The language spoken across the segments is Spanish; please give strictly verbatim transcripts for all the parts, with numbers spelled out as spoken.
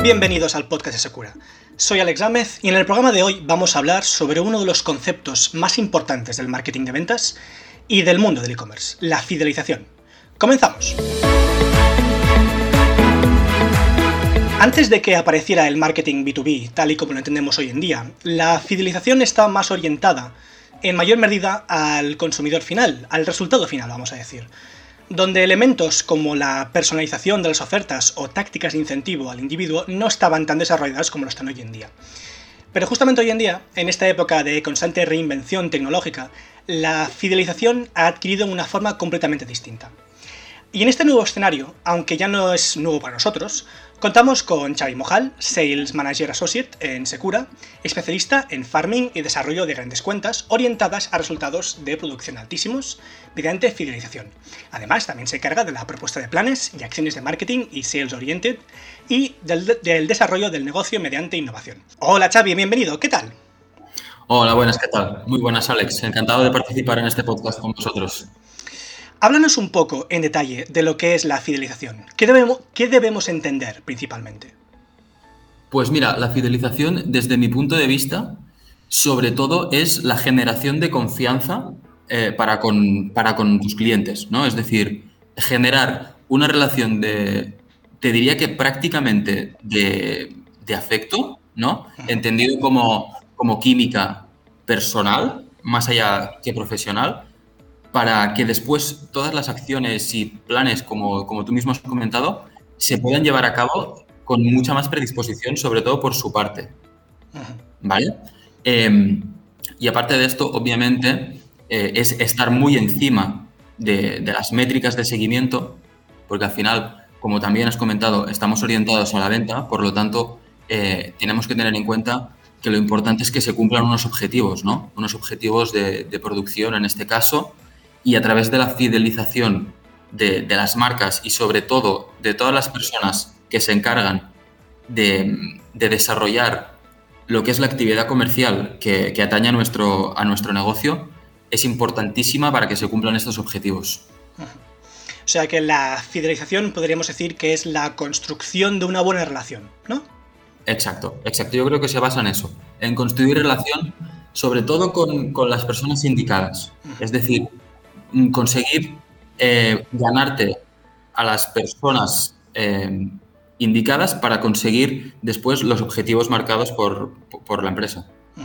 Bienvenidos al podcast de Secura. Soy Alex Gámez y en el programa de hoy vamos a hablar sobre uno de los conceptos más importantes del marketing de ventas y del mundo del e-commerce, la fidelización. ¡Comenzamos! Antes de que apareciera el marketing B dos B, tal y como lo entendemos hoy en día, la fidelización está más orientada, en mayor medida, al consumidor final, al resultado final, vamos a decir, donde elementos como la personalización de las ofertas o tácticas de incentivo al individuo no estaban tan desarrolladas como lo están hoy en día. Pero justamente hoy en día, en esta época de constante reinvención tecnológica, la fidelización ha adquirido una forma completamente distinta. Y en este nuevo escenario, aunque ya no es nuevo para nosotros, contamos con Xavi Mojal, Sales Manager Associate en Secura, especialista en farming y desarrollo de grandes cuentas orientadas a resultados de producción altísimos mediante fidelización. Además, también se encarga de la propuesta de planes y acciones de marketing y sales oriented y del, del desarrollo del negocio mediante innovación. Hola Xavi, bienvenido, ¿qué tal? Hola, buenas, ¿qué tal? Muy buenas, Alex. Encantado de participar en este podcast con vosotros. Háblanos un poco en detalle de lo que es la fidelización. ¿Qué debemos, qué debemos entender principalmente? Pues mira, la fidelización, desde mi punto de vista, sobre todo es la generación de confianza eh, para, con, para con tus clientes, ¿no? Es decir, generar una relación de, te diría que prácticamente de, de afecto, ¿no? Entendido como, como química personal, más allá que profesional, para que después todas las acciones y planes, como, como tú mismo has comentado, se puedan llevar a cabo con mucha más predisposición, sobre todo por su parte. ¿Vale? Eh, y aparte de esto, obviamente, eh, es estar muy encima de, de las métricas de seguimiento, porque al final, como también has comentado, estamos orientados a la venta, por lo tanto, eh, tenemos que tener en cuenta que lo importante es que se cumplan unos objetivos, ¿no? Unos objetivos de, de producción, en este caso, y a través de la fidelización de, de las marcas y sobre todo de todas las personas que se encargan de, de desarrollar lo que es la actividad comercial que, que atañe a nuestro, a nuestro negocio, es importantísima para que se cumplan estos objetivos. O sea que la fidelización podríamos decir que es la construcción de una buena relación, ¿no? Exacto, exacto. Yo creo que se basa en eso, en construir relación sobre todo con, con las personas indicadas. Es decir, conseguir eh, ganarte a las personas eh, indicadas para conseguir después los objetivos marcados por, por la empresa.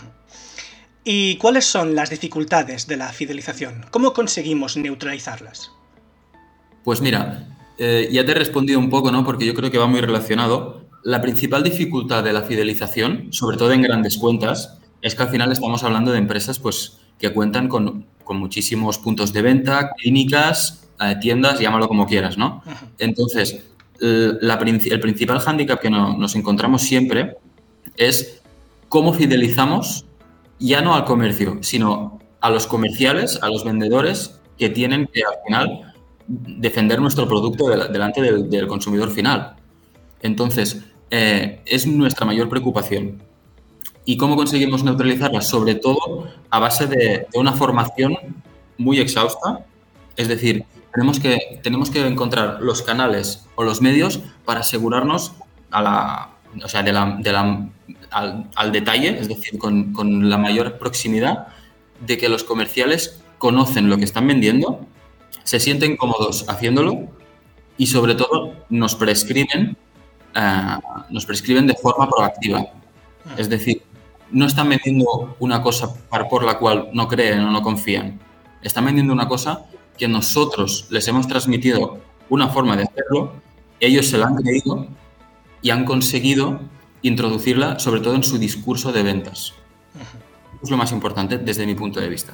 ¿Y cuáles son las dificultades de la fidelización? ¿Cómo conseguimos neutralizarlas? Pues mira, eh, ya te he respondido un poco, ¿no? Porque yo creo que va muy relacionado. La principal dificultad de la fidelización, sobre todo en grandes cuentas, es que al final estamos hablando de empresas pues, que cuentan con, con muchísimos puntos de venta, clínicas, eh, tiendas, llámalo como quieras, ¿no? Entonces, la, el principal hándicap que no, nos encontramos siempre es cómo fidelizamos ya no al comercio, sino a los comerciales, a los vendedores que tienen que al final defender nuestro producto de, delante del, del consumidor final. Entonces, eh, es nuestra mayor preocupación. ¿Y cómo conseguimos neutralizarla? Sobre todo a base de, de una formación muy exhausta. Es decir, tenemos que, tenemos que encontrar los canales o los medios para asegurarnos a la, o sea, de la, de la, al, al detalle, es decir, con, con la mayor proximidad, de que los comerciales conocen lo que están vendiendo, se sienten cómodos haciéndolo y, sobre todo, nos prescriben, uh, nos prescriben de forma proactiva. Es decir, no están vendiendo una cosa por la cual no creen o no confían. Están vendiendo una cosa que nosotros les hemos transmitido una forma de hacerlo, ellos se la han creído y han conseguido introducirla, sobre todo en su discurso de ventas. Uh-huh. Es lo más importante desde mi punto de vista.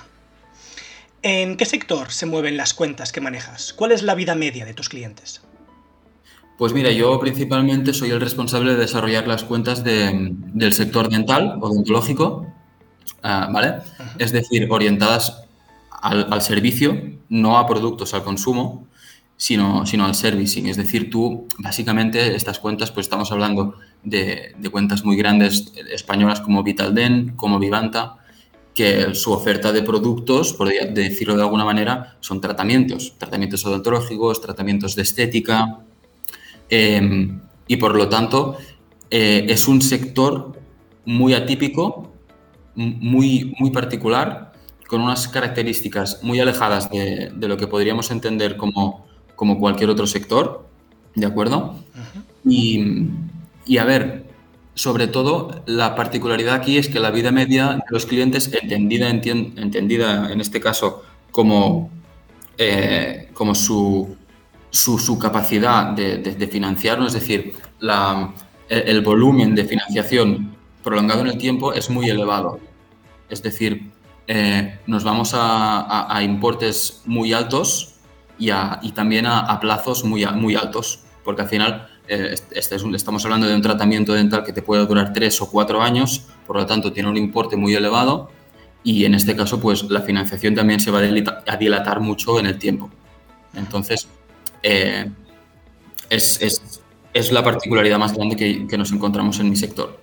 ¿En qué sector se mueven las cuentas que manejas? ¿Cuál es la vida media de tus clientes? Pues mira, yo principalmente soy el responsable de desarrollar las cuentas de, del sector dental, odontológico, uh, ¿vale? Uh-huh. Es decir, orientadas al, al servicio, no a productos, al consumo, sino, sino al servicing. Es decir, tú, básicamente, estas cuentas, pues estamos hablando de, de cuentas muy grandes españolas como Vitaldent, como Vivanta, que su oferta de productos, por decirlo de alguna manera, son tratamientos, tratamientos odontológicos, tratamientos de estética, eh, y por lo tanto eh, es un sector muy atípico, muy, muy particular, con unas características muy alejadas de, de lo que podríamos entender como, como cualquier otro sector, ¿de acuerdo? Uh-huh. Y, y a ver, sobre todo, la particularidad aquí es que la vida media de los clientes, entendida, entien, entendida en este caso como, eh, como su, su, su capacidad de, de, de financiarnos, es decir, la, el, el volumen de financiación prolongado en el tiempo es muy elevado. Es decir, eh, nos vamos a, a, a importes muy altos y, a, y también a, a plazos muy, muy altos, porque al final eh, este es un, estamos hablando de un tratamiento dental que te puede durar tres o cuatro años, por lo tanto tiene un importe muy elevado y en este caso pues la financiación también se va a dilatar mucho en el tiempo. Entonces, eh, es, es, es la particularidad más grande que, que nos encontramos en mi sector.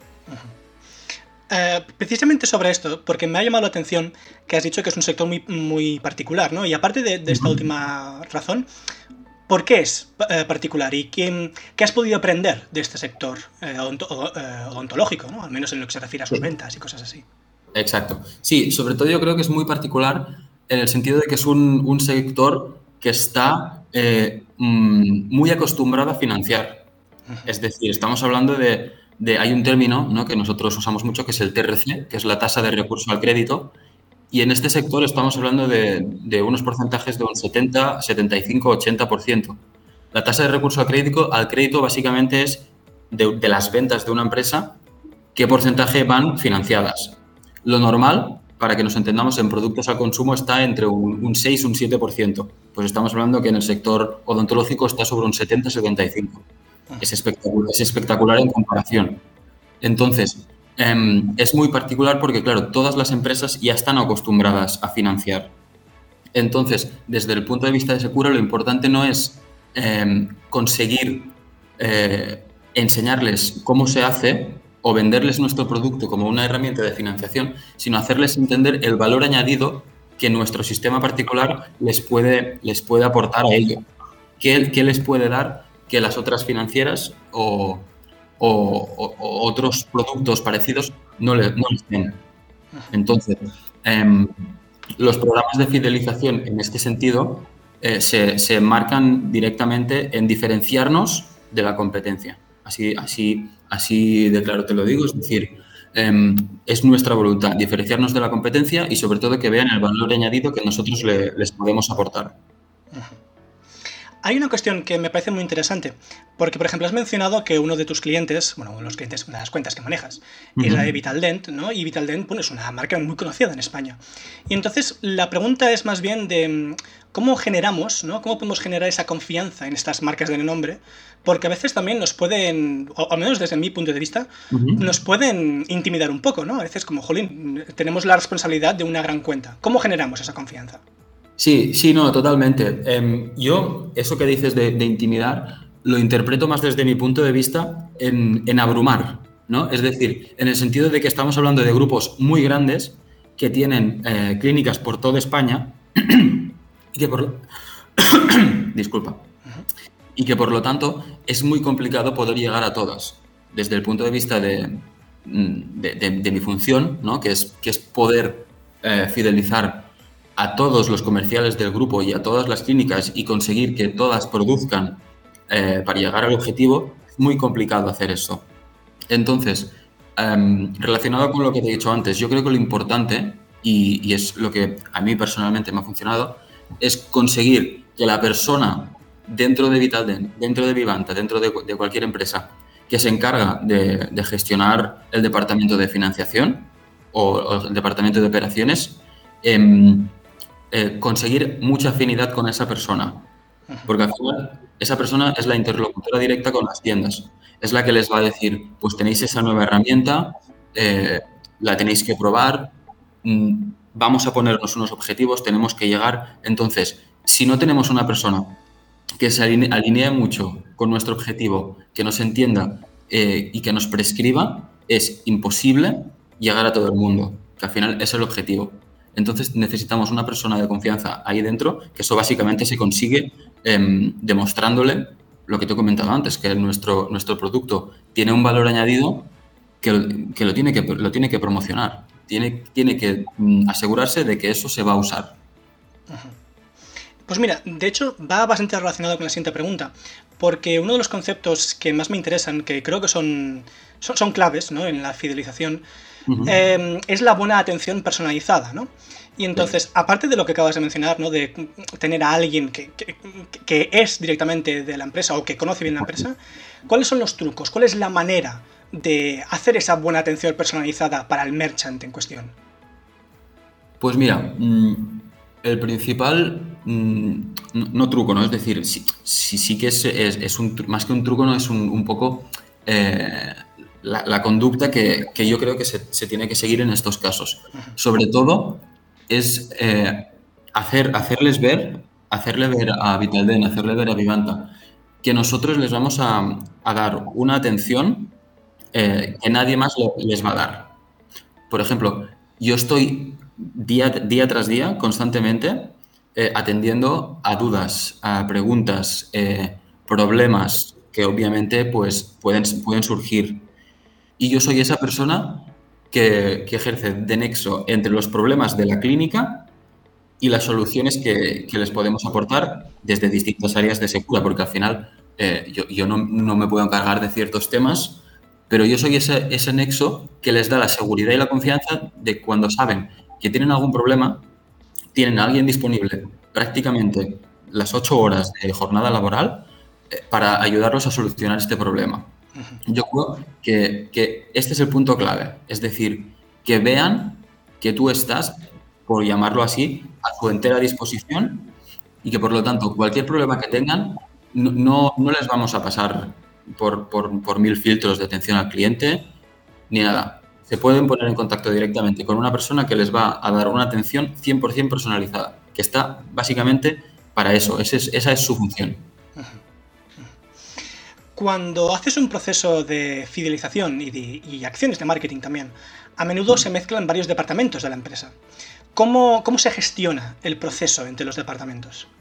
Uh, precisamente sobre esto, porque me ha llamado la atención que has dicho que es un sector muy, muy particular, ¿no? Y aparte de, de esta uh-huh. última razón, ¿por qué es uh, particular? ¿Y qué, qué has podido aprender de este sector uh, onto, uh, odontológico, ¿no? Al menos en lo que se refiere a sus ventas y cosas así. Exacto. Sí, sobre todo yo creo que es muy particular en el sentido de que es un, un sector que está eh, muy acostumbrado a financiar. Uh-huh. Es decir, estamos hablando de De, hay un término, ¿no?, que nosotros usamos mucho, que es el T R C, que es la tasa de recurso al crédito, y en este sector estamos hablando de, de unos porcentajes de un setenta, setenta y cinco, ochenta por ciento. La tasa de recurso al crédito, al crédito básicamente es de, de las ventas de una empresa, qué porcentaje van financiadas. Lo normal, para que nos entendamos, en productos al consumo está entre un, un seis y un siete por ciento. Pues estamos hablando que en el sector odontológico está sobre un setenta, setenta y cinco por ciento. Es espectacular, es espectacular en comparación. Entonces, eh, es muy particular porque, claro, todas las empresas ya están acostumbradas a financiar. Entonces, desde el punto de vista de Secura, lo importante no es eh, conseguir eh, enseñarles cómo se hace o venderles nuestro producto como una herramienta de financiación, sino hacerles entender el valor añadido que nuestro sistema particular les puede, les puede aportar a ello. ¿Qué, qué les puede dar que las otras financieras o, o, o, o otros productos parecidos no les, no les den? Entonces, eh, los programas de fidelización en este sentido eh, se, se marcan directamente en diferenciarnos de la competencia. Así, así, así de claro te lo digo, es decir, eh, es nuestra voluntad diferenciarnos de la competencia y sobre todo que vean el valor añadido que nosotros le, les podemos aportar. Hay una cuestión que me parece muy interesante, porque, por ejemplo, has mencionado que uno de tus clientes, bueno, uno de los clientes, una de las cuentas que manejas, uh-huh. es la de Vitaldent, ¿no? Y Vitaldent, bueno, es una marca muy conocida en España. Y entonces, la pregunta es más bien de cómo generamos, ¿no? Cómo podemos generar esa confianza en estas marcas de nombre, porque a veces también nos pueden, o al menos desde mi punto de vista, uh-huh. nos pueden intimidar un poco, ¿no? A veces como, jolín, tenemos la responsabilidad de una gran cuenta. ¿Cómo generamos esa confianza? Sí, sí, no, totalmente. Eh, yo, eso que dices de, de intimidar, lo interpreto más desde mi punto de vista en, en abrumar, ¿no? Es decir, en el sentido de que estamos hablando de grupos muy grandes que tienen eh, clínicas por toda España y que por... Disculpa. Y que por lo tanto es muy complicado poder llegar a todas. Desde el punto de vista de, de, de, de mi función, ¿no?, que es, que es poder eh, fidelizar a todos los comerciales del grupo y a todas las clínicas y conseguir que todas produzcan eh, para llegar al objetivo, es muy complicado hacer eso. Entonces, eh, relacionado con lo que te he dicho antes, yo creo que lo importante, y, y es lo que a mí personalmente me ha funcionado, es conseguir que la persona dentro de Vitaldent, dentro de Vivanta, dentro de, de cualquier empresa que se encarga de, de gestionar el departamento de financiación o, o el departamento de operaciones, eh, Eh, conseguir mucha afinidad con esa persona, porque al final esa persona es la interlocutora directa con las tiendas, es la que les va a decir, pues tenéis esa nueva herramienta, eh, la tenéis que probar, mmm, vamos a ponernos unos objetivos, tenemos que llegar. Entonces, si no tenemos una persona que se alinee, alinee mucho con nuestro objetivo, que nos entienda eh, y que nos prescriba, es imposible llegar a todo el mundo, que al final es el objetivo. Entonces necesitamos una persona de confianza ahí dentro, que eso básicamente se consigue eh, demostrándole lo que te he comentado antes, que nuestro, nuestro producto tiene un valor añadido que, lo, que, lo, tiene, que lo tiene que promocionar. Tiene, tiene que mm, asegurarse de que eso se va a usar. Uh-huh. Pues mira, de hecho va bastante relacionado con la siguiente pregunta, porque uno de los conceptos que más me interesan, que creo que son, son, son claves, ¿no?, en la fidelización, uh-huh. eh, es la buena atención personalizada, ¿no? Y entonces, sí. aparte de lo que acabas de mencionar, ¿no?, de tener a alguien que, que, que es directamente de la empresa o que conoce bien la empresa, ¿cuáles son los trucos? ¿Cuál es la manera de hacer esa buena atención personalizada para el merchant en cuestión? Pues mira, el principal, no, no truco, ¿no? Es decir, sí, sí, sí que es, es, es un, más que un truco, ¿no? Es un, un poco eh, la, la conducta que, que yo creo que se, se tiene que seguir en estos casos. Sobre todo es eh, hacer, hacerles ver, hacerle ver a Vitalden, hacerle ver a Vivanta, que nosotros les vamos a, a dar una atención eh, que nadie más les va a dar. Por ejemplo, yo estoy día, día tras día, constantemente, eh, atendiendo a dudas, a preguntas, eh, problemas que obviamente pues, pueden, pueden surgir. Y yo soy esa persona que, que ejerce de nexo entre los problemas de la clínica y las soluciones que, que les podemos aportar desde distintas áreas de Secura, porque al final eh, yo, yo no, no me puedo encargar de ciertos temas, pero yo soy ese, ese nexo que les da la seguridad y la confianza de cuando saben que tienen algún problema, tienen a alguien disponible prácticamente las ocho horas de jornada laboral eh, para ayudarlos a solucionar este problema. Yo creo que, que este es el punto clave, es decir, que vean que tú estás, por llamarlo así, a su entera disposición y que por lo tanto cualquier problema que tengan no, no, no les vamos a pasar por, por, por mil filtros de atención al cliente ni nada. Se pueden poner en contacto directamente con una persona que les va a dar una atención cien por ciento personalizada, que está básicamente para eso, ese es, esa es su función. Cuando haces un proceso de fidelización y, de, y acciones de marketing también, a menudo se mezclan varios departamentos de la empresa. ¿Cómo, cómo se gestiona el proceso entre los departamentos?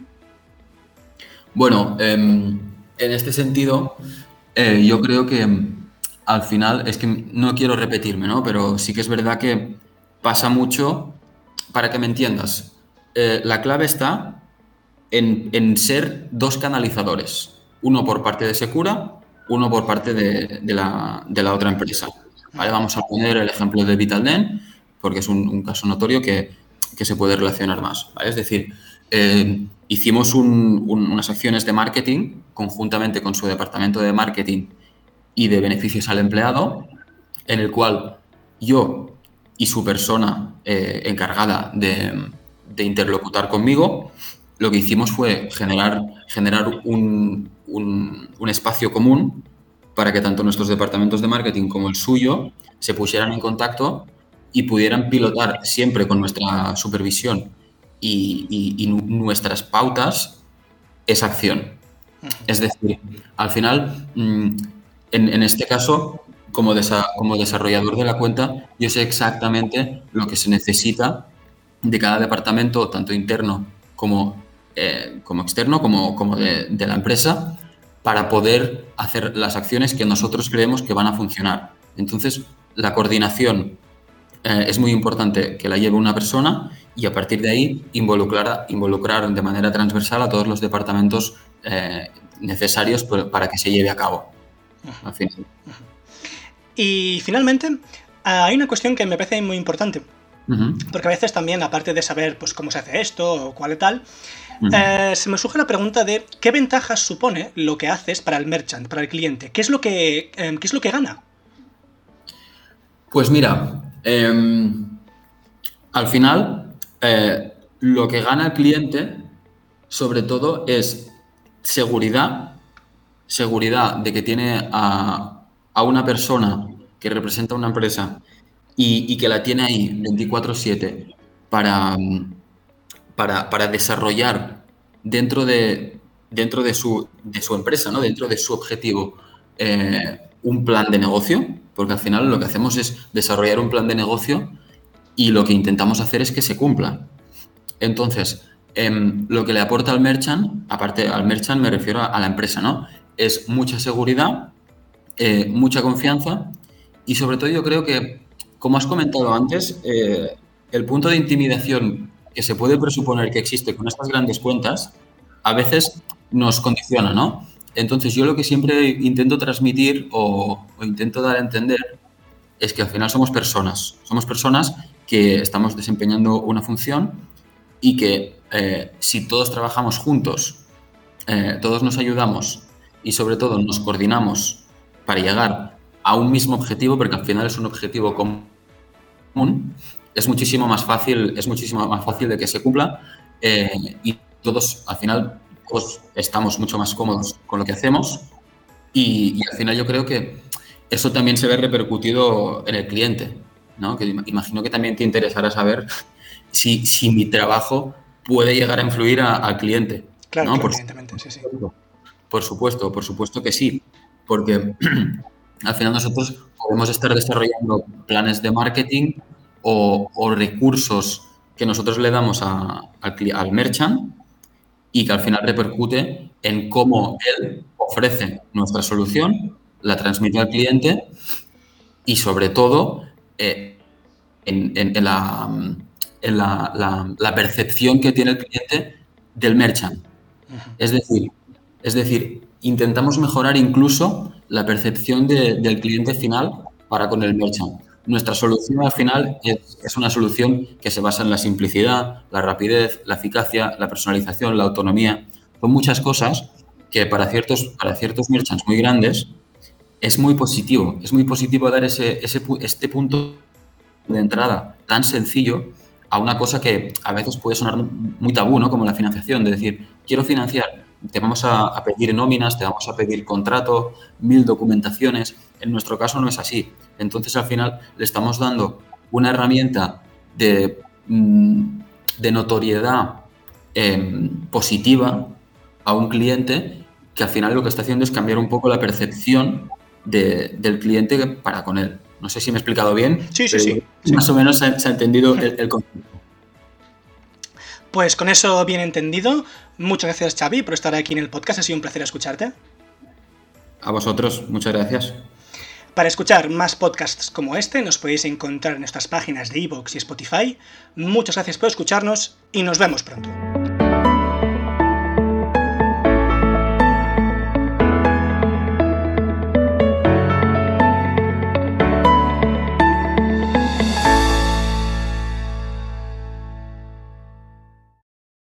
Bueno, eh, en este sentido, eh, yo creo que al final, es que no quiero repetirme, ¿no? Pero sí que es verdad que pasa mucho, para que me entiendas, eh, la clave está en, en ser dos canalizadores. Uno por parte de Secura, uno por parte de, de, la, de la otra empresa. ¿Vale? Vamos a poner el ejemplo de Vitalden, porque es un, un caso notorio que, que se puede relacionar más. ¿Vale? Es decir, eh, hicimos un, un, unas acciones de marketing conjuntamente con su departamento de marketing y de beneficios al empleado, en el cual yo y su persona eh, encargada de, de interlocutar conmigo, lo que hicimos fue generar, generar un, un, un espacio común para que tanto nuestros departamentos de marketing como el suyo se pusieran en contacto y pudieran pilotar siempre con nuestra supervisión y, y, y nuestras pautas esa acción. Es decir, al final, en, en este caso, como, desa, como desarrollador de la cuenta, yo sé exactamente lo que se necesita de cada departamento, tanto interno como Eh, como externo, como, como de, de la empresa, para poder hacer las acciones que nosotros creemos que van a funcionar. Entonces, la coordinación eh, es muy importante que la lleve una persona y a partir de ahí involucrar, involucrar de manera transversal a todos los departamentos eh, necesarios para que se lleve a cabo. Al final. Y finalmente, hay una cuestión que me parece muy importante, uh-huh. porque a veces también, aparte de saber pues, cómo se hace esto o cuál y tal, Uh-huh. Eh, se me surge la pregunta de ¿qué ventajas supone lo que haces para el merchant, para el cliente? ¿Qué es lo que, eh, ¿qué es lo que gana? Pues mira, eh, al final eh, lo que gana el cliente sobre todo es seguridad, seguridad de que tiene a, a una persona que representa una empresa y, y que la tiene ahí veinticuatro siete para... Para, para desarrollar dentro de, dentro de, su, de su empresa, ¿no? Dentro de su objetivo, eh, un plan de negocio, porque al final lo que hacemos es desarrollar un plan de negocio y lo que intentamos hacer es que se cumpla. Entonces, eh, lo que le aporta al merchant, aparte al merchant me refiero a, a la empresa, ¿no? Es mucha seguridad eh, mucha confianza y sobre todo yo creo que, como has comentado antes, eh, el punto de intimidación que se puede presuponer que existe con estas grandes cuentas a veces nos condiciona, ¿no? Entonces yo lo que siempre intento transmitir o, o intento dar a entender es que al final somos personas, somos personas que estamos desempeñando una función y que eh, si todos trabajamos juntos, eh, todos nos ayudamos y sobre todo nos coordinamos para llegar a un mismo objetivo, porque al final es un objetivo común, es muchísimo más fácil, es muchísimo más fácil de que se cumpla eh, y todos al final pues, estamos mucho más cómodos con lo que hacemos y, y al final yo creo que eso también se ve repercutido en el cliente, ¿no? Que imagino que también te interesará saber si, si mi trabajo puede llegar a influir a, al cliente. Claro, ¿no? claro, Por, evidentemente, sí, sí. Por supuesto, por supuesto que sí, porque al final nosotros podemos estar desarrollando planes de marketing o, o recursos que nosotros le damos a, a, al merchant y que al final repercute en cómo él ofrece nuestra solución, la transmite al cliente y sobre todo eh, en, en, en, la, en la, la, la percepción que tiene el cliente del merchant. Uh-huh. Es decir, es decir, intentamos mejorar incluso la percepción de, del cliente final para con el merchant. Nuestra solución al final es, es una solución que se basa en la simplicidad, la rapidez, la eficacia, la personalización, la autonomía. Son muchas cosas que para ciertos, para ciertos merchants muy grandes es muy positivo. Es muy positivo dar ese, ese, este punto de entrada tan sencillo a una cosa que a veces puede sonar muy tabú, ¿no? Como la financiación, de decir, quiero financiar, te vamos a, a pedir nóminas, te vamos a pedir contrato, mil documentaciones. En nuestro caso no es así. Entonces, al final, le estamos dando una herramienta de, de notoriedad eh, positiva a un cliente que al final lo que está haciendo es cambiar un poco la percepción de, del cliente para con él. No sé si me he explicado bien. Sí, sí, sí. Más sí. o menos se ha, se ha entendido el, el concepto. Pues con eso bien entendido, muchas gracias, Xavi, por estar aquí en el podcast. Ha sido un placer escucharte. A vosotros, muchas gracias. Para escuchar más podcasts como este, nos podéis encontrar en nuestras páginas de iVoox y Spotify. Muchas gracias por escucharnos y nos vemos pronto.